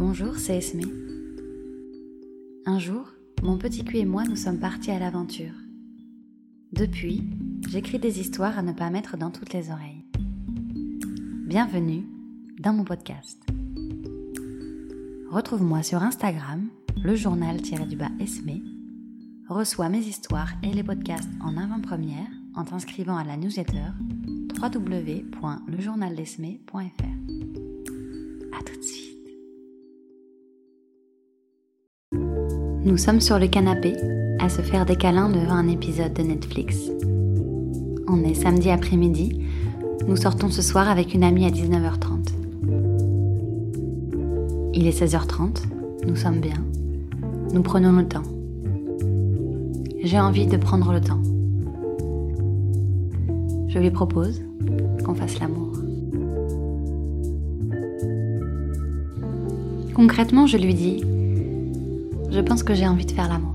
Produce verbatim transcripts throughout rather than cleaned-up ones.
Bonjour, c'est Esmé. Un jour, mon petit cul et moi nous sommes partis à l'aventure. Depuis, j'écris des histoires à ne pas mettre dans toutes les oreilles. Bienvenue dans mon podcast. Retrouve-moi sur Instagram, le journal-du-bas Esmé. Reçois mes histoires et les podcasts en avant-première en t'inscrivant à la newsletter w w w point le journal d'esmé point f r. À tout de suite. Nous sommes sur le canapé, à se faire des câlins devant un épisode de Netflix. On est samedi après-midi, nous sortons ce soir avec une amie à dix-neuf heures trente. Il est seize heures trente, nous sommes bien, nous prenons le temps. J'ai envie de prendre le temps. Je lui propose qu'on fasse l'amour. Concrètement, je lui dis « Je pense que j'ai envie de faire l'amour ».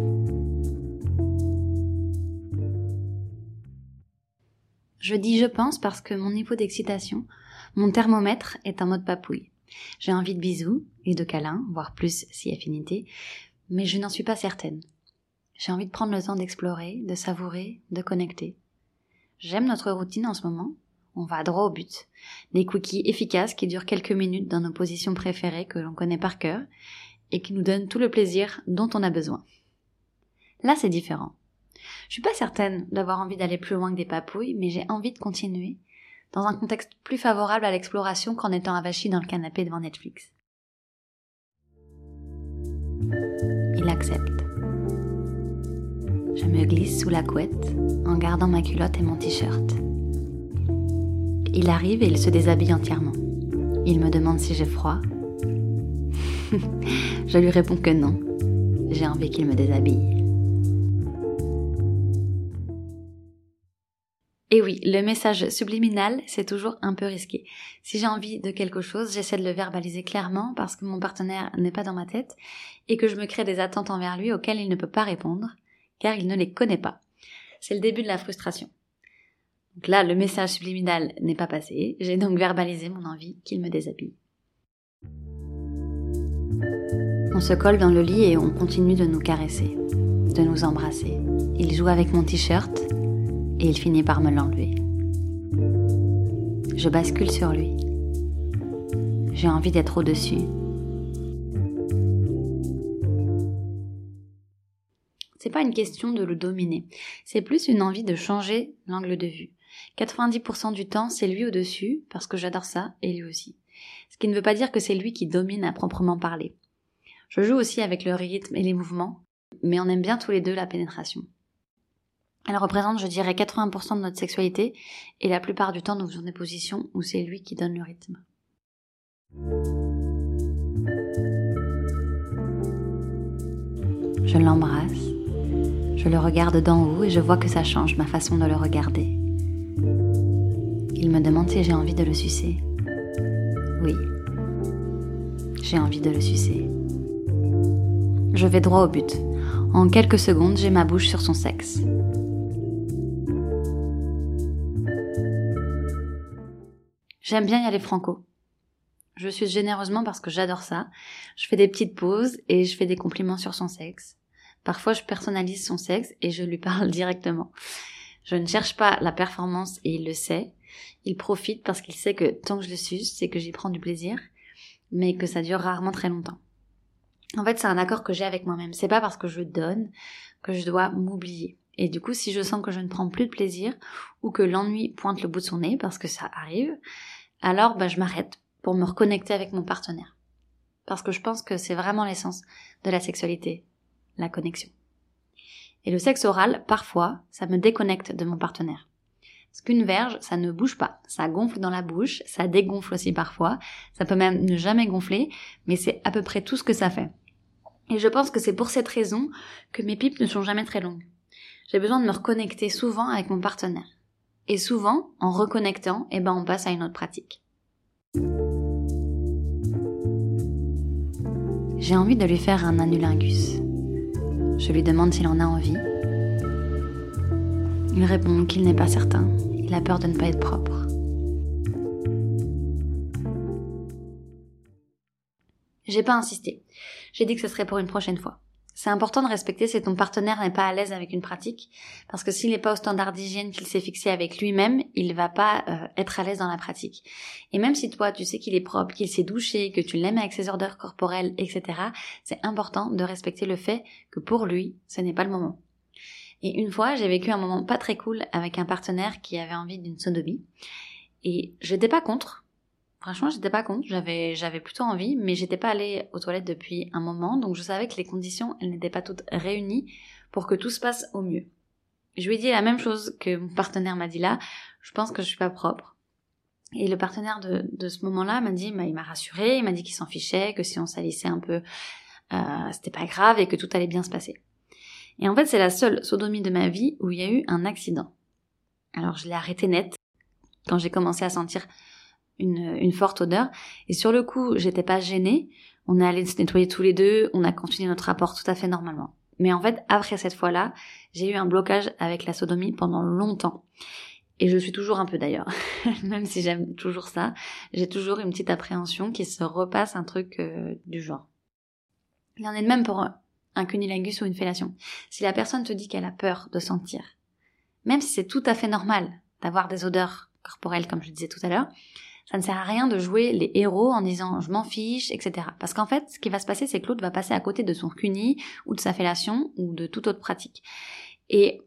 Je dis « je pense » parce que mon niveau d'excitation, mon thermomètre est en mode papouille. J'ai envie de bisous et de câlins, voire plus si affinité, mais je n'en suis pas certaine. J'ai envie de prendre le temps d'explorer, de savourer, de connecter. J'aime notre routine en ce moment. On va droit au but. Des quickies efficaces qui durent quelques minutes dans nos positions préférées que l'on connaît par cœur et qui nous donnent tout le plaisir dont on a besoin. Là, c'est différent. Je suis pas certaine d'avoir envie d'aller plus loin que des papouilles, mais j'ai envie de continuer dans un contexte plus favorable à l'exploration qu'en étant avachie dans le canapé devant Netflix. Il accepte. Je me glisse sous la couette en gardant ma culotte et mon t-shirt. Il arrive et il se déshabille entièrement. Il me demande si j'ai froid. Je lui réponds que non. J'ai envie qu'il me déshabille. Et oui, le message subliminal, c'est toujours un peu risqué. Si j'ai envie de quelque chose, j'essaie de le verbaliser clairement parce que mon partenaire n'est pas dans ma tête et que je me crée des attentes envers lui auxquelles il ne peut pas répondre, car il ne les connaît pas. C'est le début de la frustration. Donc là, le message subliminal n'est pas passé, j'ai donc verbalisé mon envie qu'il me déshabille. On se colle dans le lit et on continue de nous caresser, de nous embrasser. Il joue avec mon t-shirt et il finit par me l'enlever. Je bascule sur lui. J'ai envie d'être au-dessus. C'est pas une question de le dominer, c'est plus une envie de changer l'angle de vue. quatre-vingt-dix pour cent du temps, c'est lui au-dessus, parce que j'adore ça, et lui aussi. Ce qui ne veut pas dire que c'est lui qui domine à proprement parler. Je joue aussi avec le rythme et les mouvements, mais on aime bien tous les deux la pénétration. Elle représente, je dirais, quatre-vingts pour cent de notre sexualité, et la plupart du temps, nous faisons des positions où c'est lui qui donne le rythme. Je l'embrasse. Je le regarde d'en haut et je vois que ça change ma façon de le regarder. Il me demande si j'ai envie de le sucer. Oui, j'ai envie de le sucer. Je vais droit au but. En quelques secondes, j'ai ma bouche sur son sexe. J'aime bien y aller franco. Je suis généreusement parce que j'adore ça. Je fais des petites pauses et je fais des compliments sur son sexe. Parfois, je personnalise son sexe et je lui parle directement. Je ne cherche pas la performance et il le sait. Il profite parce qu'il sait que tant que je le suce, c'est que j'y prends du plaisir, mais que ça dure rarement très longtemps. En fait, c'est un accord que j'ai avec moi-même. C'est pas parce que je donne que je dois m'oublier. Et du coup, si je sens que je ne prends plus de plaisir ou que l'ennui pointe le bout de son nez, parce que ça arrive, alors bah, je m'arrête pour me reconnecter avec mon partenaire. Parce que je pense que c'est vraiment l'essence de la sexualité. La connexion. Et le sexe oral, parfois, ça me déconnecte de mon partenaire. Parce qu'une verge, ça ne bouge pas. Ça gonfle dans la bouche, ça dégonfle aussi parfois. Ça peut même ne jamais gonfler, mais c'est à peu près tout ce que ça fait. Et je pense que c'est pour cette raison que mes pipes ne sont jamais très longues. J'ai besoin de me reconnecter souvent avec mon partenaire. Et souvent, en reconnectant, eh ben, on passe à une autre pratique. J'ai envie de lui faire un anulingus. Je lui demande s'il en a envie. Il répond qu'il n'est pas certain. Il a peur de ne pas être propre. J'ai pas insisté. J'ai dit que ce serait pour une prochaine fois. C'est important de respecter si ton partenaire n'est pas à l'aise avec une pratique, parce que s'il n'est pas au standard d'hygiène qu'il s'est fixé avec lui-même, il va pas euh, être à l'aise dans la pratique. Et même si toi, tu sais qu'il est propre, qu'il s'est douché, que tu l'aimes avec ses odeurs corporelles, et cetera, c'est important de respecter le fait que pour lui, ce n'est pas le moment. Et une fois, j'ai vécu un moment pas très cool avec un partenaire qui avait envie d'une sodomie, et j'étais pas contre. Franchement, j'étais pas contre, j'avais j'avais plutôt envie, mais j'étais pas allée aux toilettes depuis un moment, donc je savais que les conditions, elles n'étaient pas toutes réunies pour que tout se passe au mieux. Je lui ai dit la même chose que mon partenaire m'a dit là, je pense que je suis pas propre. Et le partenaire de, de ce moment-là m'a dit, bah, il m'a rassuré, il m'a dit qu'il s'en fichait, que si on salissait un peu, euh, c'était pas grave et que tout allait bien se passer. Et en fait, c'est la seule sodomie de ma vie où il y a eu un accident. Alors je l'ai arrêté net quand j'ai commencé à sentir Une, une forte odeur, et sur le coup j'étais pas gênée, on est allé se nettoyer tous les deux, on a continué notre rapport tout à fait normalement. Mais en fait, après cette fois-là, j'ai eu un blocage avec la sodomie pendant longtemps, et je suis toujours un peu d'ailleurs, même si j'aime toujours ça, j'ai toujours une petite appréhension qui se repasse un truc euh, du genre. Il y en est de même pour un cunnilingus ou une fellation. Si la personne te dit qu'elle a peur de sentir, même si c'est tout à fait normal d'avoir des odeurs corporelles comme je disais tout à l'heure, ça ne sert à rien de jouer les héros en disant « je m'en fiche », et cetera. Parce qu'en fait, ce qui va se passer, c'est que l'autre va passer à côté de son cuni ou de sa fellation ou de toute autre pratique. Et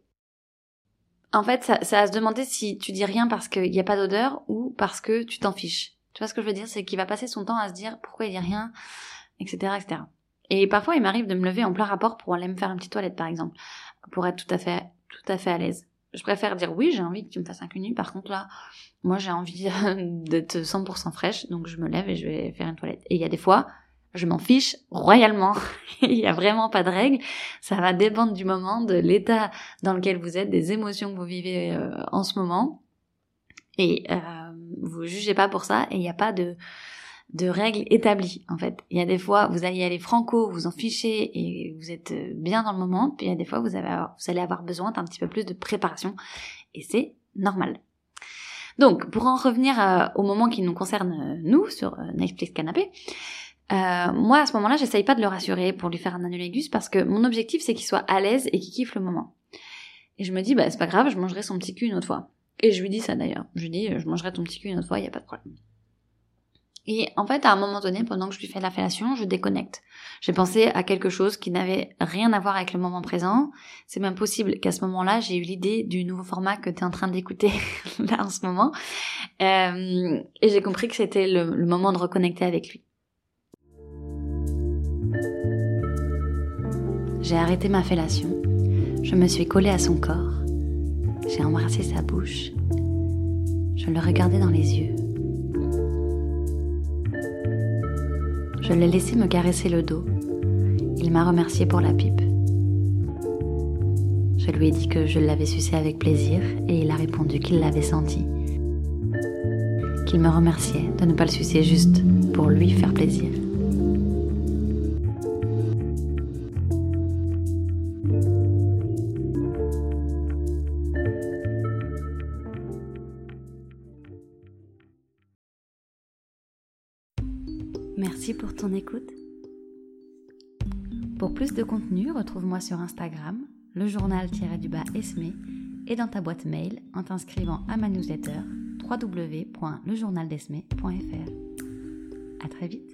en fait, ça, ça va se demander si tu dis rien parce qu'il n'y a pas d'odeur ou parce que tu t'en fiches. Tu vois ce que je veux dire? C'est qu'il va passer son temps à se dire « pourquoi il dit rien ?» et cetera, et cetera. Et parfois, il m'arrive de me lever en plein rapport pour aller me faire une petite toilette, par exemple, pour être tout à fait, tout à fait à l'aise. Je préfère dire oui, j'ai envie que tu me fasses un cuni. Par contre, là, moi, j'ai envie d'être cent pour cent fraîche, donc je me lève et je vais faire une toilette. Et il y a des fois, je m'en fiche royalement. Il y a vraiment pas de règle. Ça va dépendre du moment, de l'état dans lequel vous êtes, des émotions que vous vivez euh, en ce moment. Et euh, vous jugez pas pour ça. Et il n'y a pas de de règles établies, en fait. Il y a des fois, vous allez aller franco, vous en fichez et vous êtes bien dans le moment. Puis il y a des fois, vous, avez, vous allez avoir besoin d'un petit peu plus de préparation. Et c'est normal. Donc, pour en revenir euh, au moment qui nous concerne, euh, nous, sur euh, Netflix Canapé, euh, moi, à ce moment-là, j'essaye pas de le rassurer pour lui faire un anulingus parce que mon objectif, c'est qu'il soit à l'aise et qu'il kiffe le moment. Et je me dis, bah, c'est pas grave, je mangerai son petit cul une autre fois. Et je lui dis ça d'ailleurs. Je lui dis, je mangerai ton petit cul une autre fois, il y a pas de problème. Et en fait, à un moment donné, pendant que je lui fais la fellation, je déconnecte. J'ai pensé à quelque chose qui n'avait rien à voir avec le moment présent. C'est même possible qu'à ce moment-là, j'ai eu l'idée du nouveau format que tu es en train d'écouter là en ce moment. Euh, et j'ai compris que c'était le, le moment de reconnecter avec lui. J'ai arrêté ma fellation. Je me suis collée à son corps. J'ai embrassé sa bouche. Je le regardais dans les yeux. Je l'ai laissé me caresser le dos. Il m'a remercié pour la pipe. Je lui ai dit que je l'avais sucé avec plaisir et il a répondu qu'il l'avait senti. Qu'il me remerciait de ne pas le sucer juste pour lui faire plaisir. Merci pour ton écoute. Pour plus de contenu, retrouve-moi sur Instagram, le journal-du-bas Esmé, et dans ta boîte mail en t'inscrivant à ma newsletter w w w point le journal d'esmé point f r. À très vite.